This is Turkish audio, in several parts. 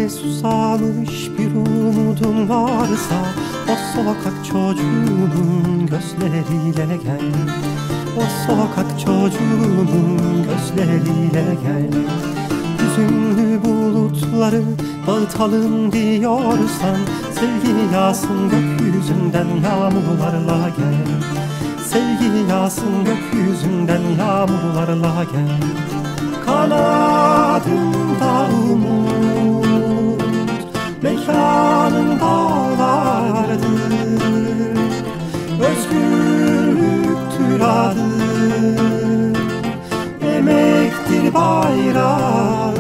Eğer susamış bir umudun varsa, o sokak çocuğunun gözleriyle gel. O sokak çocuğunun gözleriyle gel. Hüzünlü bulutları dağıtalım diyorsan, sevgi yağsın gökyüzünden yağmurlarla gel. Sevgi yağsın gökyüzünden yağmurlarla gel. Kanadımda umut, mekanım dağlardır. Özgürlüktür adım, emektir bayrağım.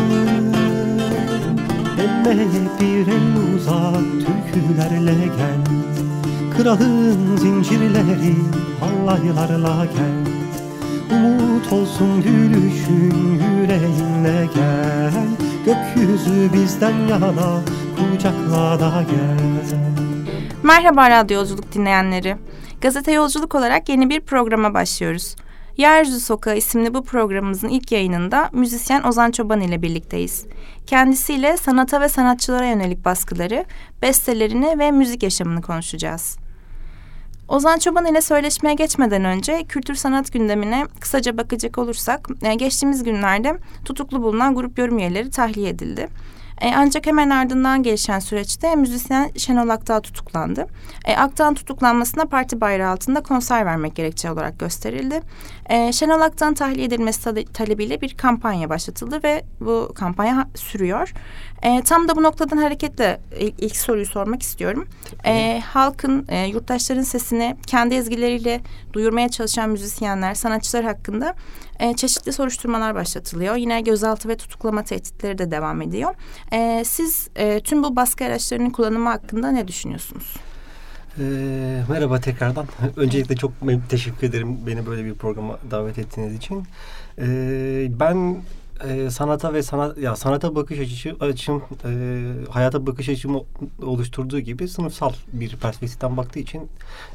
Emeğe bir el uzat, türkülerle gel. Kralın zincirleri halaylarla gel. Umut olsun gülüşün yüreğinle gel. Gökyüzü bizden yana, kucakla da gel. Merhaba Radyo Yolculuk dinleyenleri. Gazete Yolculuk olarak yeni bir programa başlıyoruz. Yeryüzü Sokağı isimli bu programımızın ilk yayınında müzisyen Ozan Çoban ile birlikteyiz. Kendisiyle sanata ve sanatçılara yönelik baskıları, bestelerini ve müzik yaşamını konuşacağız. Ozan Çoban ile söyleşmeye geçmeden önce kültür sanat gündemine kısaca bakacak olursak, geçtiğimiz günlerde tutuklu bulunan grup yorum üyeleri tahliye edildi. Ancak hemen ardından gelişen süreçte müzisyen Şenol Akdağ tutuklandı. Akdağ'ın tutuklanmasına parti bayrağı altında konser vermek gerekçe olarak gösterildi. Şenol Akdağ'ın tahliye edilmesi talebiyle bir kampanya başlatıldı ve bu kampanya sürüyor. Tam da bu noktadan hareketle ilk soruyu sormak istiyorum. Halkın, yurttaşların sesini kendi ezgileriyle duyurmaya çalışan müzisyenler, sanatçılar hakkında çeşitli soruşturmalar başlatılıyor. Yine gözaltı ve tutuklama tehditleri de devam ediyor. Siz tüm bu baskı araçlarının kullanımı hakkında ne düşünüyorsunuz? Merhaba tekrardan. Öncelikle çok teşekkür ederim beni böyle bir programa davet ettiğiniz için. Ben sanata ve sanata bakış açım hayata bakış açımı oluşturduğu gibi sınıfsal bir perspektiften baktığı için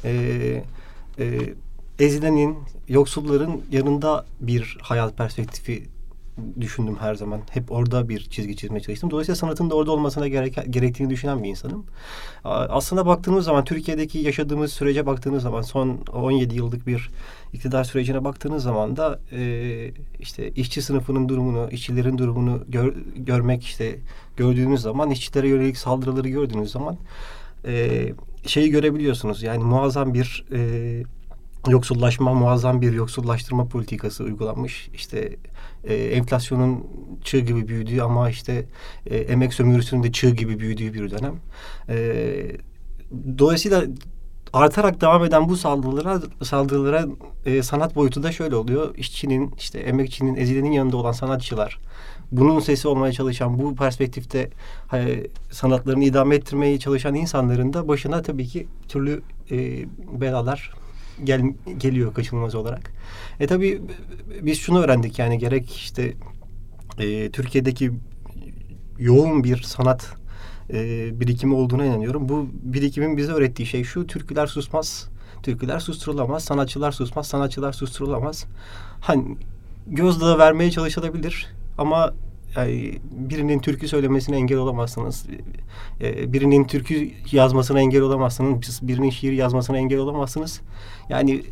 ezilenin, yoksulların yanında bir hayat perspektifi düşündüm her zaman. Hep orada bir çizgi çizmeye çalıştım. Dolayısıyla sanatın da orada olmasına gerektiğini düşünen bir insanım. Aslında baktığımız zaman, Türkiye'deki yaşadığımız sürece baktığınız zaman, son 17 yıllık bir iktidar sürecine baktığınız zaman da işte işçi sınıfının durumunu, işçilerin durumunu görmek, işte gördüğünüz zaman, işçilere yönelik saldırıları gördüğünüz zaman şeyi görebiliyorsunuz. Yani muazzam bir yoksullaşma, muazzam bir yoksullaştırma politikası uygulanmış. İşte enflasyonun çığ gibi büyüdüğü ama işte emek sömürüsünün de çığ gibi büyüdüğü bir dönem. Dolayısıyla artarak devam eden bu saldırılara sanat boyutu da şöyle oluyor. İşçinin, işte emekçinin, ezilenin yanında olan sanatçılar, bunun sesi olmaya çalışan, bu perspektifte sanatlarını idame ettirmeye çalışan insanların da başına tabii ki türlü belalar geliyor kaçınılmaz olarak. Tabii biz şunu öğrendik, yani gerek işte Türkiye'deki yoğun bir sanat birikimi olduğuna inanıyorum. Bu birikimin bize öğrettiği şey şu: türküler susmaz, türküler susturulamaz, sanatçılar susmaz, sanatçılar susturulamaz. Hani gözdağı vermeye çalışılabilir ama yani birinin türkü söylemesine engel olamazsınız. Birinin türkü yazmasına engel olamazsınız. Birinin şiir yazmasına engel olamazsınız. Yani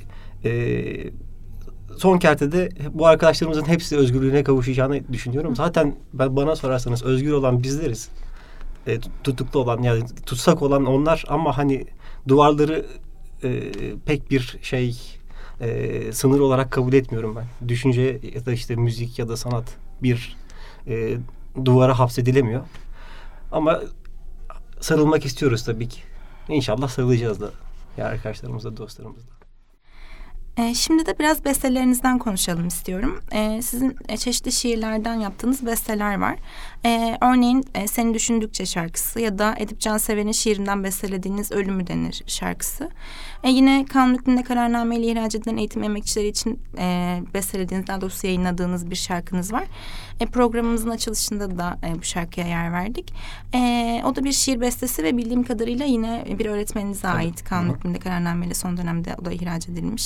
son kertede bu arkadaşlarımızın hepsi özgürlüğüne kavuşacağını düşünüyorum. Zaten bana sorarsanız özgür olan bizleriz. Tutuklu olan, yani tutsak olan onlar, ama hani duvarları pek bir sınır olarak kabul etmiyorum ben. Düşünce ya da işte müzik ya da sanat bir duvara hapsedilemiyor. Ama sarılmak istiyoruz tabii ki. İnşallah sarılacağız da. Ya arkadaşlarımızla, dostlarımızla. Şimdi de biraz bestelerinizden konuşalım istiyorum. Sizin çeşitli şiirlerden yaptığınız besteler var. Örneğin Seni Düşündükçe şarkısı ya da Edip Cansever'in şiirinden bestelediğiniz Ölümü Denir şarkısı. Yine kanun hükmünde kararname ile ihraç edilen eğitim emekçileri için bestelediğiniz, daha doğrusu yayınladığınız bir şarkınız var. Programımızın açılışında da bu şarkıya yer verdik. O da bir şiir bestesi ve bildiğim kadarıyla yine bir öğretmeninize ait kanun hükmünde kararname ile son dönemde o da ihraç edilmişti.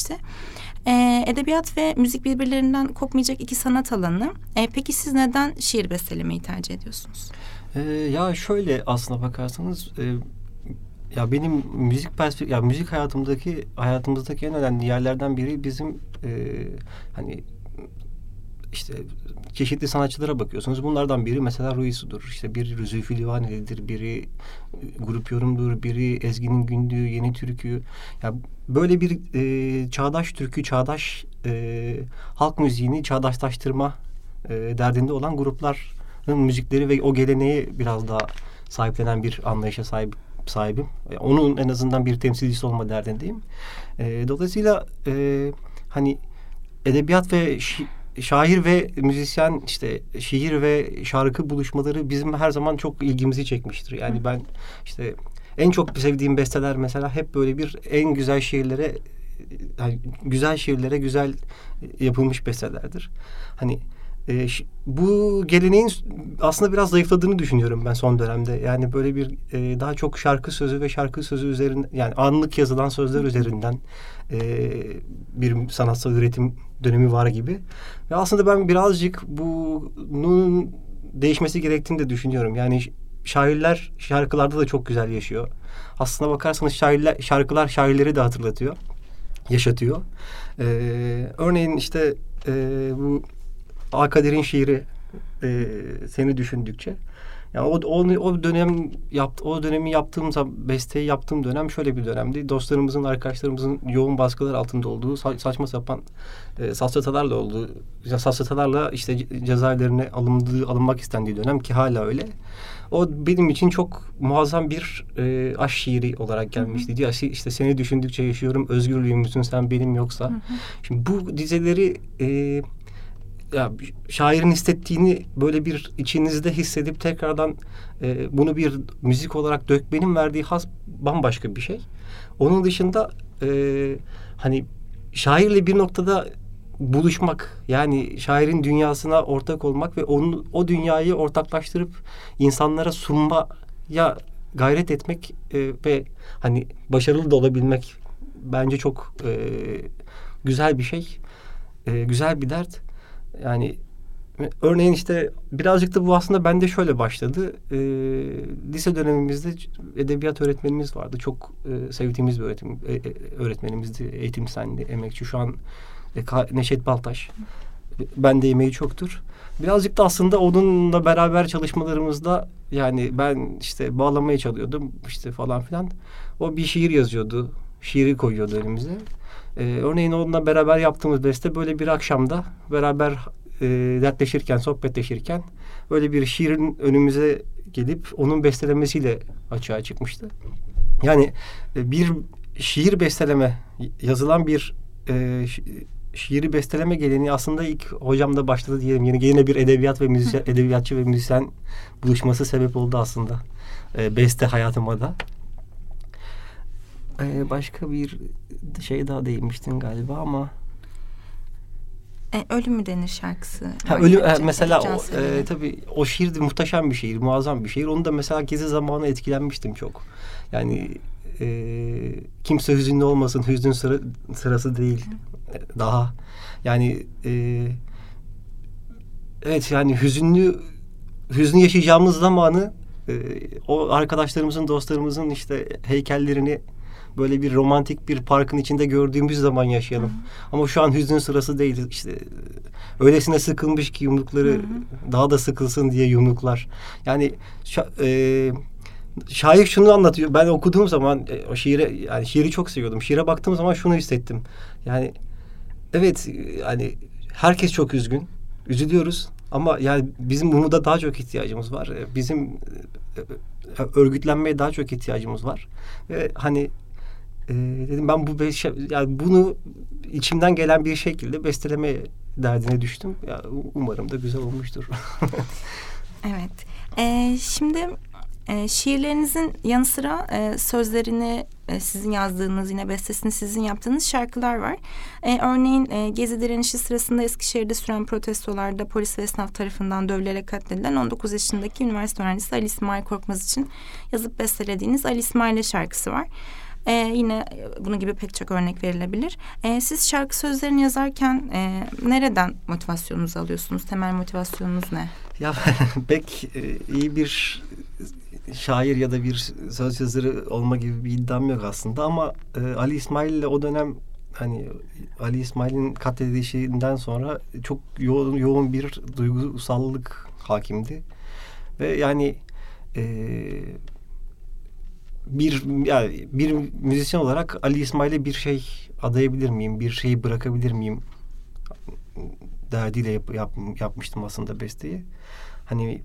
Edebiyat ve müzik birbirlerinden kopmayacak iki sanat alanı. Peki siz neden şiir bestelemeyi tercih ediyorsunuz? Ya şöyle aslına bakarsanız ya benim müzik hayatımızdaki en önemli yerlerden biri bizim hani işte çeşitli sanatçılara bakıyorsunuz. Bunlardan biri mesela Ruisu'dur. İşte biri Zülfü Livaneli'dir, biri Grup Yorum'dur, biri Ezgi'nin Gündüğü, Yeni Türkü. Ya böyle bir çağdaş türkü, çağdaş halk müziğini çağdaşlaştırma derdinde olan grupların müzikleri ve o geleneği biraz daha sahiplenen bir anlayışa sahibim. Onun en azından bir temsilcisi olma derdindeyim. Dolayısıyla hani edebiyat ve şair ve müzisyen, işte şiir ve şarkı buluşmaları bizim her zaman çok ilgimizi çekmiştir. Yani ben işte en çok sevdiğim besteler mesela hep böyle bir en güzel şiirlere, yani güzel şiirlere güzel yapılmış bestelerdir. Hani bu geleneğin aslında biraz zayıfladığını düşünüyorum ben son dönemde. Yani böyle bir daha çok şarkı sözü üzerinden, yani anlık yazılan sözler üzerinden bir sanatsal üretim dönemi var gibi. Ve aslında ben birazcık bunun değişmesi gerektiğini de düşünüyorum. Yani şairler şarkılarda da çok güzel yaşıyor. Aslına bakarsanız şarkılar şairleri de hatırlatıyor, yaşatıyor. Örneğin işte bu Akader'in şiiri Seni Düşündükçe. Yani o dönemi besteyi yaptığım dönem şöyle bir dönemdi. Dostlarımızın, arkadaşlarımızın yoğun baskılar altında olduğu, saçma sapan safsatalarla işte cezaevlerine alınmak istendiği dönem, ki hala öyle. O benim için çok muazzam bir aşk şiiri olarak gelmişti. Diyor işte seni düşündükçe yaşıyorum, özgürlüğümüzün sen benim yoksa. Şimdi bu dizeleri ya şairin hissettiğini böyle bir içinizde hissedip tekrardan bunu bir müzik olarak dökmenin verdiği haz bambaşka bir şey. Onun dışında hani şairle bir noktada buluşmak, yani şairin dünyasına ortak olmak ve o dünyayı ortaklaştırıp insanlara sunmaya gayret etmek ve hani başarılı da olabilmek bence çok güzel bir şey, güzel bir dert. Yani örneğin işte birazcık da bu aslında bende şöyle başladı. Lise dönemimizde edebiyat öğretmenimiz vardı. Çok sevdiğimiz bir öğretmenimizdi. Eğitimsendi, emekçi. Şu an Neşet Baltaş. Bende emeği çoktur. Birazcık da aslında onunla beraber çalışmalarımızda, yani ben işte bağlamayı çalıyordum işte falan filan. O bir şiir yazıyordu. Şiiri koyuyordu önümüze. Örneğin onunla beraber yaptığımız beste böyle bir akşamda beraber dertleşirken, sohbetleşirken böyle bir şiirin önümüze gelip onun bestelemesiyle açığa çıkmıştı. Yani bir şiir besteleme, yazılan bir şiiri besteleme geleneği aslında ilk hocamda başladı diyelim. Yine bir edebiyatçı ve müzisyen buluşması sebep oldu aslında beste hayatıma da. Başka bir şey daha değinmiştin galiba ama Ölüm mü denir şarkısı? Mesela tabii o şiir de muhteşem bir şiir, muazzam bir şiir. Onu da mesela gezi zamanı etkilenmiştim çok. Yani kimse hüzünlü olmasın, hüznün sırası değil daha. Yani evet, yani hüznü yaşayacağımız zamanı o arkadaşlarımızın, dostlarımızın işte heykellerini böyle bir romantik bir parkın içinde gördüğümüz zaman yaşayalım. Ama şu an hüznün sırası değil. İşte öylesine sıkılmış ki yumrukları daha da sıkılsın diye yumruklar. Yani şair şunu anlatıyor. Ben okuduğum zaman o şiiri çok seviyordum. Şiire baktığım zaman şunu hissettim. Yani evet, yani herkes çok üzgün. Üzülüyoruz ama yani bizim umuda daha çok ihtiyacımız var. Bizim örgütlenmeye daha çok ihtiyacımız var. Ve hani dedim ben yani bunu içimden gelen bir şekilde besteleme derdine düştüm. Ya, umarım da güzel olmuştur. Evet. Şimdi şiirlerinizin yanı sıra sözlerini sizin yazdığınız, yine bestesini sizin yaptığınız şarkılar var. Örneğin Gezi direnişi sırasında Eskişehir'de süren protestolarda polis ve esnaf tarafından dövülerek katledilen 19 yaşındaki üniversite öğrencisi Ali İsmail Korkmaz için yazıp bestelediğiniz Ali İsmail'e şarkısı var. Yine bunun gibi pek çok örnek verilebilir. Siz şarkı sözlerini yazarken nereden motivasyonunuzu alıyorsunuz? Temel motivasyonunuz ne? Ya pek iyi bir şair ya da bir söz yazarı olma gibi bir iddiam yok aslında ama Ali İsmail ile o dönem hani Ali İsmail'in katledilişinden sonra çok yoğun bir duygusallık hakimdi ve yani bir müzisyen olarak Ali İsmail'e bir şey adayabilir miyim, bir şey bırakabilir miyim derdiyle yapmıştım aslında besteyi. Hani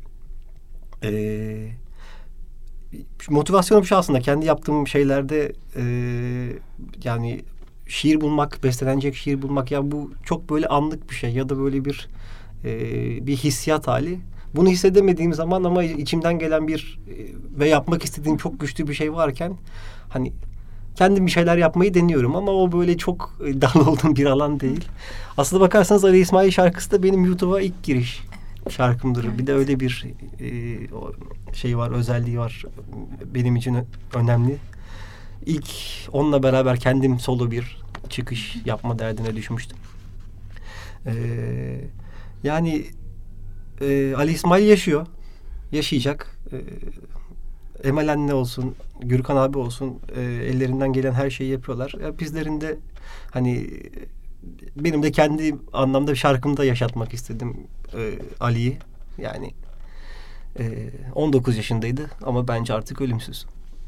motivasyonum şu aslında kendi yaptığım şeylerde yani şiir bulmak, bestelenecek şiir bulmak ya bu çok böyle anlık bir şey ya da böyle bir hissiyat hali. Bunu hissedemediğim zaman ama içimden gelen ve yapmak istediğim çok güçlü bir şey varken hani kendim bir şeyler yapmayı deniyorum ama o böyle çok dal olduğum bir alan değil. Aslında bakarsanız Ali İsmail şarkısı da benim YouTube'a ilk giriş şarkımdır. Evet. Bir de öyle bir şey var, özelliği var. Benim için önemli. İlk onunla beraber kendim solo bir çıkış yapma derdine düşmüştüm. Yani Ali İsmail yaşıyor. Yaşayacak. Emel anne olsun, Gürkan abi olsun ellerinden gelen her şeyi yapıyorlar. Ya bizlerin de hani benim de kendi anlamda bir şarkımda yaşatmak istedim Ali'yi. Yani 19 yaşındaydı ama bence artık ölümsüz.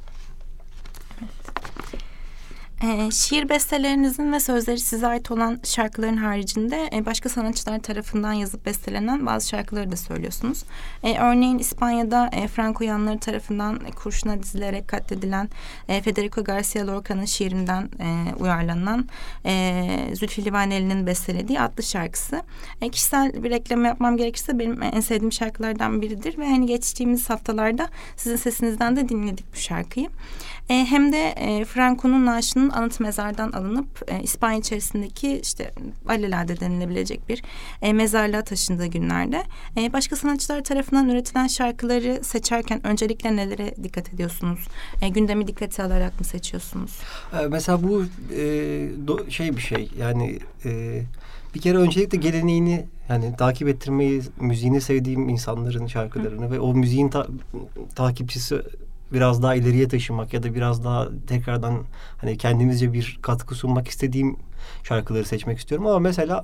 Şiir bestelerinizin ve sözleri size ait olan şarkıların haricinde başka sanatçılar tarafından yazıp bestelenen bazı şarkıları da söylüyorsunuz. Örneğin İspanya'da Franco yanları tarafından kurşuna dizilerek katledilen Federico Garcia Lorca'nın şiirinden uyarlanan Zülfü Livaneli'nin bestelediği adlı şarkısı. Kişisel bir reklam yapmam gerekirse benim en sevdiğim şarkılardan biridir ve hani geçtiğimiz haftalarda sizin sesinizden de dinledik bu şarkıyı. Hem de Franco'nun naaşının anıt mezardan alınıp İspanya içerisindeki işte alelade denilebilecek bir mezarlığa taşındığı günlerde başka sanatçılar tarafından üretilen şarkıları seçerken öncelikle nelere dikkat ediyorsunuz? Gündemi dikkate alarak mı seçiyorsunuz? Mesela bu bir şey yani bir kere öncelikle geleneğini yani takip ettirmeyi, müziğini sevdiğim insanların şarkılarını ve o müziğin takipçisi biraz daha ileriye taşımak ya da biraz daha tekrardan hani kendimizce bir katkı sunmak istediğim şarkıları seçmek istiyorum ama mesela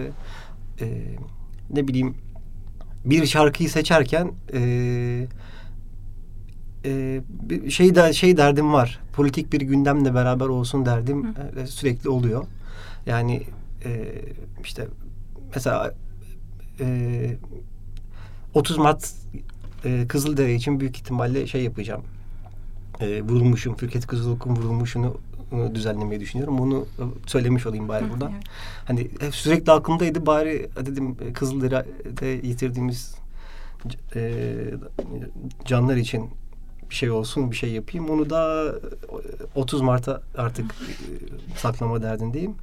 ne bileyim bir şarkıyı seçerken şey derdim var. Politik bir gündemle beraber olsun derdim sürekli oluyor. Yani işte mesela 30 Mart Kızıldere için büyük ihtimalle şey yapacağım. Vurulmuşum, Firket Kızılok'un vurulmuşunu düzenlemeyi düşünüyorum. Bunu söylemiş olayım bari buradan. Evet. Hani hep sürekli aklımdaydı. Bari dedim Kızıldere'de yitirdiğimiz canlar için bir şey olsun, bir şey yapayım. Onu da 30 Mart'a artık saklama derdindeyim.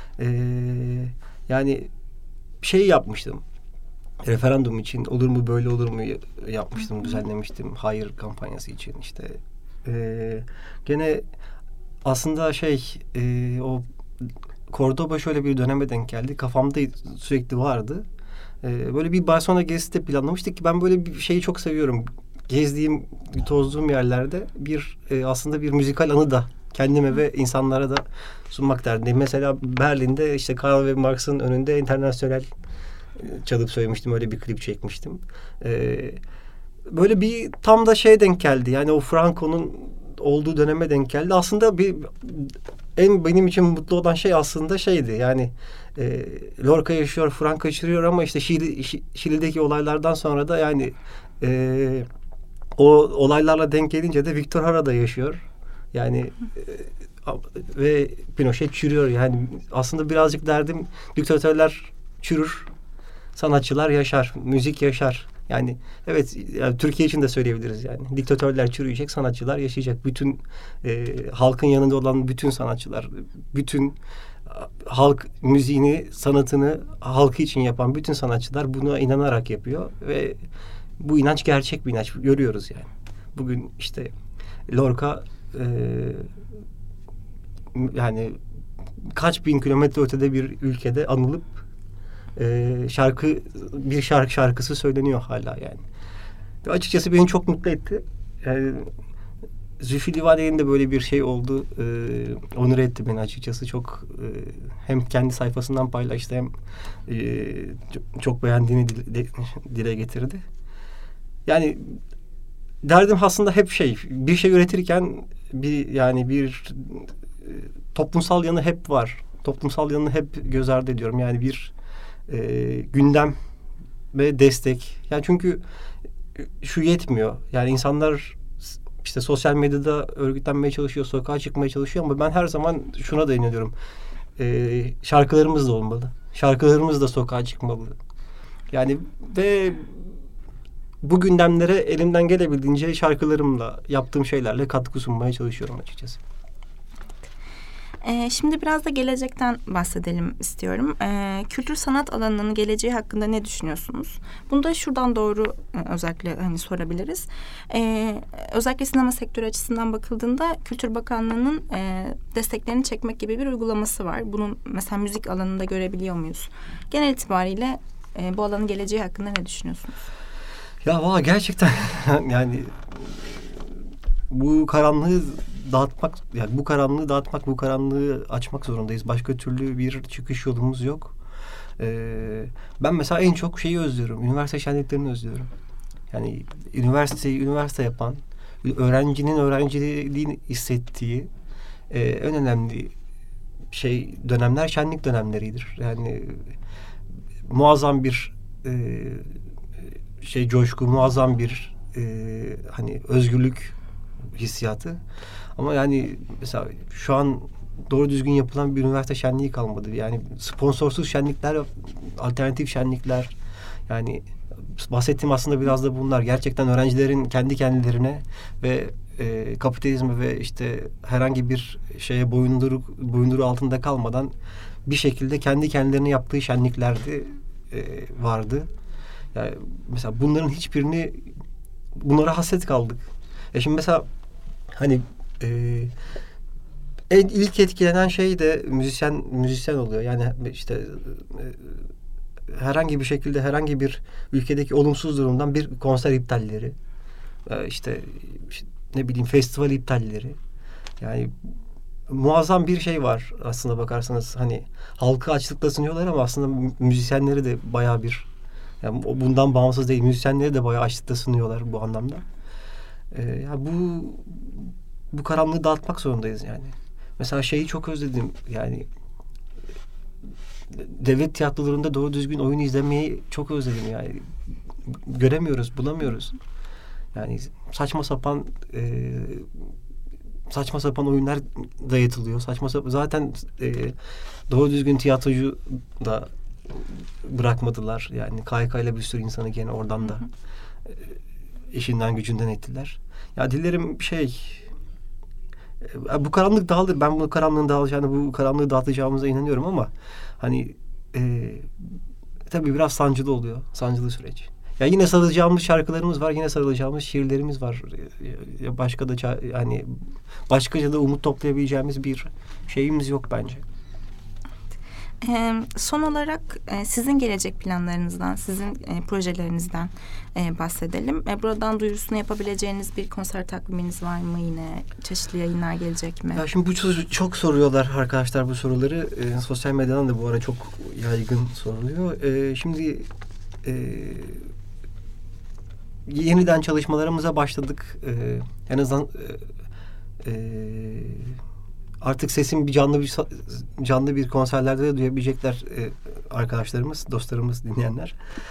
Yani şey yapmıştım. Referandum için olur mu böyle olur mu yapmıştım, düzenlemiştim. Hayır kampanyası için işte. Gene aslında o Cordoba şöyle bir döneme denk geldi. Kafamda sürekli vardı. Böyle bir Barcelona gezisi de planlamıştık ki ben böyle bir şeyi çok seviyorum. Gezdiğim, tozduğum yerlerde aslında bir müzikal anı da kendime ve insanlara da sunmak derdindeyim. Mesela Berlin'de işte Karl ve Marx'ın önünde internasyonel çalıp söylemiştim. Öyle bir klip çekmiştim. Böyle bir tam da denk geldi. Yani o Franco'nun olduğu döneme denk geldi. Aslında benim için mutlu olan şey aslında şeydi. Yani Lorca yaşıyor, Franco yaşıyor ama işte Şili'deki olaylardan sonra da yani o olaylarla denk gelince de Victor Jara da yaşıyor. Yani ve Pinochet çürüyor. Yani aslında birazcık derdim diktatörler çürür, sanatçılar yaşar, müzik yaşar. Yani evet, yani Türkiye için de söyleyebiliriz yani. Diktatörler çürüyecek, sanatçılar yaşayacak. Bütün halkın yanında olan bütün sanatçılar, bütün halk müziğini, sanatını halkı için yapan bütün sanatçılar buna inanarak yapıyor ve bu inanç gerçek bir inanç. Görüyoruz yani. Bugün işte Lorca yani kaç bin kilometre ötede bir ülkede anılıp şarkısı söyleniyor hala yani. Ve açıkçası beni çok mutlu etti. Yani Zülfü Livaneli'nin de böyle bir şey oldu. Onur etti beni açıkçası. Çok hem kendi sayfasından paylaştı hem çok beğendiğini dile getirdi. Yani derdim aslında hep bir şey üretirken bir toplumsal yanı hep var. Toplumsal yanını hep göz ardı ediyorum. Yani bir gündem ve destek. Yani çünkü şu yetmiyor. Yani insanlar işte sosyal medyada örgütlenmeye çalışıyor, sokağa çıkmaya çalışıyor ama ben her zaman şuna da inanıyorum. Şarkılarımız da olmalı. Şarkılarımız da sokağa çıkmalı. Yani ve bu gündemlere elimden gelebildiğince şarkılarımla, yaptığım şeylerle katkı sunmaya çalışıyorum açıkçası. Şimdi biraz da gelecekten bahsedelim istiyorum. Kültür sanat alanının geleceği hakkında ne düşünüyorsunuz? Bunu da şuradan doğru özellikle sorabiliriz. Özellikle sinema sektörü açısından bakıldığında Kültür Bakanlığı'nın desteklerini çekmek gibi bir uygulaması var. Bunun mesela müzik alanında görebiliyor muyuz? Genel itibariyle bu alanın geleceği hakkında ne düşünüyorsunuz? Ya valla gerçekten yani bu karanlığı dağıtmak, bu karanlığı açmak zorundayız. Başka türlü bir çıkış yolumuz yok. Ben mesela en çok şeyi özlüyorum. Üniversite şenliklerini özlüyorum. Yani üniversite yapan, öğrencinin öğrenciliğini hissettiği en önemli dönemler şenlik dönemleridir. Yani muazzam bir coşku, muazzam bir özgürlük hissiyatı. Ama yani mesela şu an doğru düzgün yapılan bir üniversite şenliği kalmadı. Yani sponsorsuz şenlikler, alternatif şenlikler, yani bahsettiğim aslında biraz da bunlar. Gerçekten öğrencilerin kendi kendilerine ve kapitalizme ve işte herhangi bir şeye boyunduruğu altında kalmadan bir şekilde kendi kendilerine yaptığı şenliklerdi vardı. Yani mesela bunların hiçbirini, bunlara hasret kaldık. Şimdi mesela ilk etkilenen şey de müzisyen oluyor. Yani işte herhangi bir şekilde herhangi bir ülkedeki olumsuz durumdan bir konser iptalleri, işte ne bileyim festival iptalleri. Yani muazzam bir şey var aslında bakarsanız. Halkı açlıkla sınıyorlar ama aslında müzisyenleri de bayağı yani bundan bağımsız değil. Müzisyenleri de bayağı açlıkla sınıyorlar bu anlamda. Bu karanlığı dağıtmak zorundayız yani. Mesela şeyi çok özledim. Yani devlet tiyatrolarında doğru düzgün oyun izlemeyi çok özledim yani. Göremiyoruz, bulamıyoruz. Yani saçma sapan oyunlar dayatılıyor. Zaten doğru düzgün tiyatrocu da bırakmadılar. Yani KYK ile bir sürü insanı gene oradan da işinden gücünden ettiler. Ya dilerim bu karanlık dağılır. Ben bu karanlığın dağılacağını, bu karanlığı dağıtacağımıza inanıyorum ama tabii biraz sancılı oluyor. Sancılı süreç. Ya yine sarılacağımız şarkılarımız var, yine sarılacağımız şiirlerimiz var. Başkaca da umut toplayabileceğimiz bir şeyimiz yok bence. Son olarak sizin gelecek planlarınızdan, sizin projelerinizden bahsedelim. Buradan duyurusunu yapabileceğiniz bir konser takviminiz var mı yine? Çeşitli yayınlar gelecek mi? Ya şimdi çok soruyorlar arkadaşlar bu soruları. Sosyal medyadan da bu ara çok yaygın soruluyor. Şimdi yeniden çalışmalarımıza başladık. En azından artık sesim canlı bir konserlerde de duyabilecekler arkadaşlarımız, dostlarımız, dinleyenler.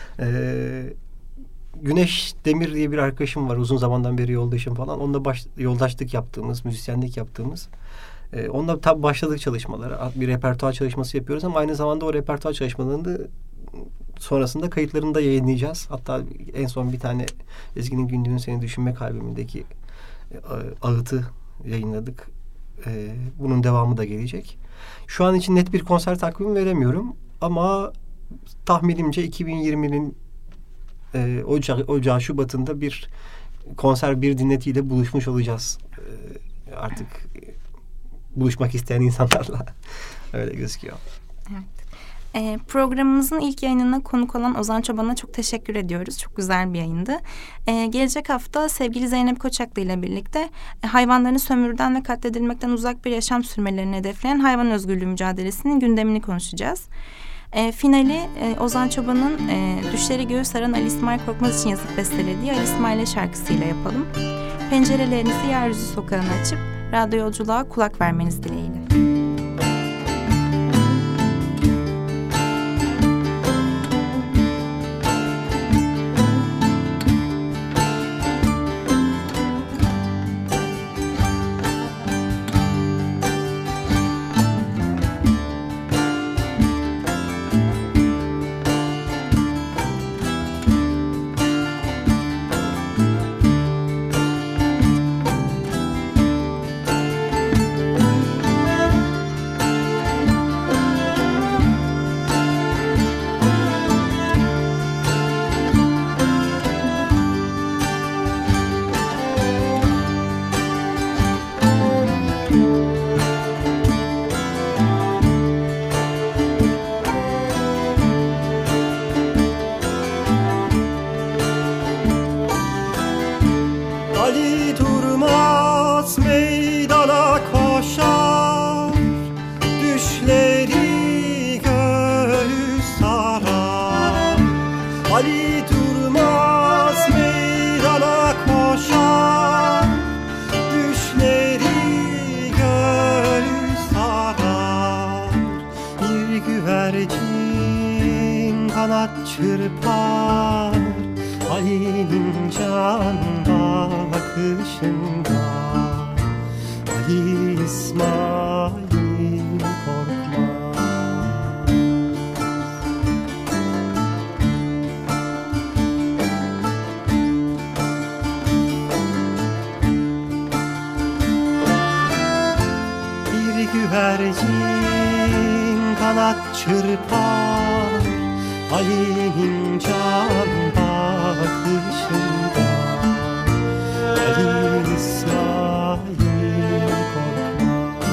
Güneş Demir diye bir arkadaşım var. Uzun zamandan beri yoldaşım falan. Onunla yoldaşlık yaptığımız, müzisyenlik yaptığımız. Onunla tabii başladık çalışmalara. Bir repertuar çalışması yapıyoruz ama aynı zamanda o repertuar çalışmalarını sonrasında kayıtlarını da yayınlayacağız. Hatta en son bir tane Ezgi'nin Gündüğün Seni Düşünmek albümündeki ağıtı yayınladık. Bunun devamı da gelecek. Şu an için net bir konser takvimi veremiyorum ama tahminimce 2020'nin Ocağı Şubat'ında bir konser, bir dinletiyle buluşmuş olacağız. Artık buluşmak isteyen insanlarla. Öyle gözüküyor. Evet. Programımızın ilk yayınına konuk olan Ozan Çoban'a çok teşekkür ediyoruz. Çok güzel bir yayındı. Gelecek hafta sevgili Zeynep Koçaklı ile birlikte hayvanların sömürüden ve katledilmekten uzak bir yaşam sürmelerini hedefleyen hayvan özgürlüğü mücadelesinin gündemini konuşacağız. Finali Ozan Çoban'ın Düşleri Göğü Saran Ali İsmail Korkmaz için yazıp bestelediği Ali İsmail'e şarkısıyla yapalım. Pencerelerinizi Yeryüzü Sokağı'na açıp radyo yolculuğa kulak vermeniz dileğiyle. Çırpar Ali'nin can bakışında, Ali İsmail korkmaz. Bir güvercin kanat çırpar Ali'nin can bakışında, Ali İsmail korkmaz.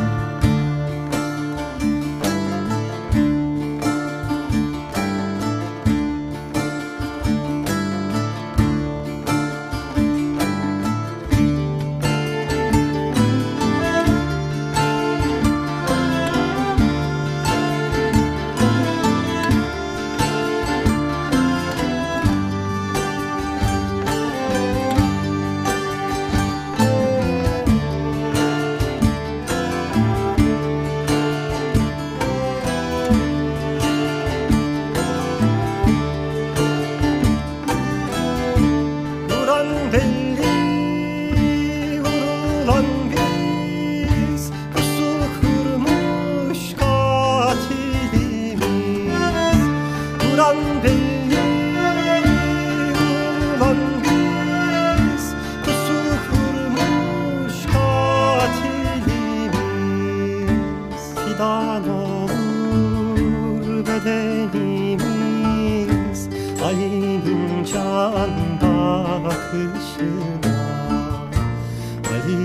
Fidan olur bedenimiz Ali'nin can bakışına, Ali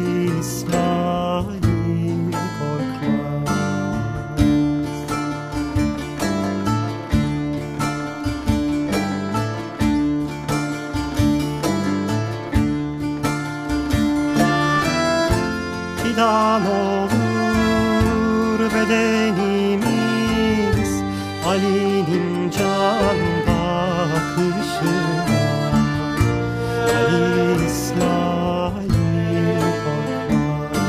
İsmail korkmaz. Fidan olur bedenimiz Ali'nin can bakışına, Ali İsmail korkmaz.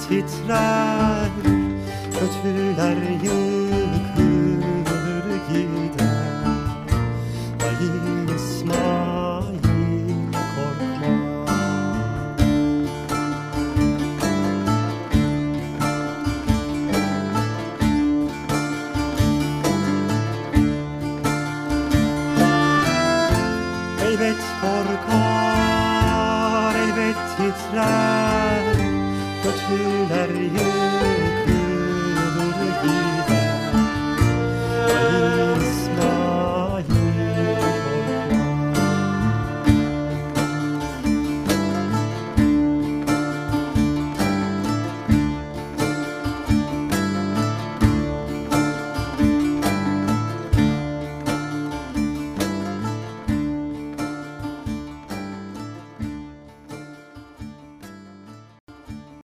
titrer, kötüler yıkılır gider. Ali İsmail korkma. Elbet korkar, elbet titrer, kötüler yıkılır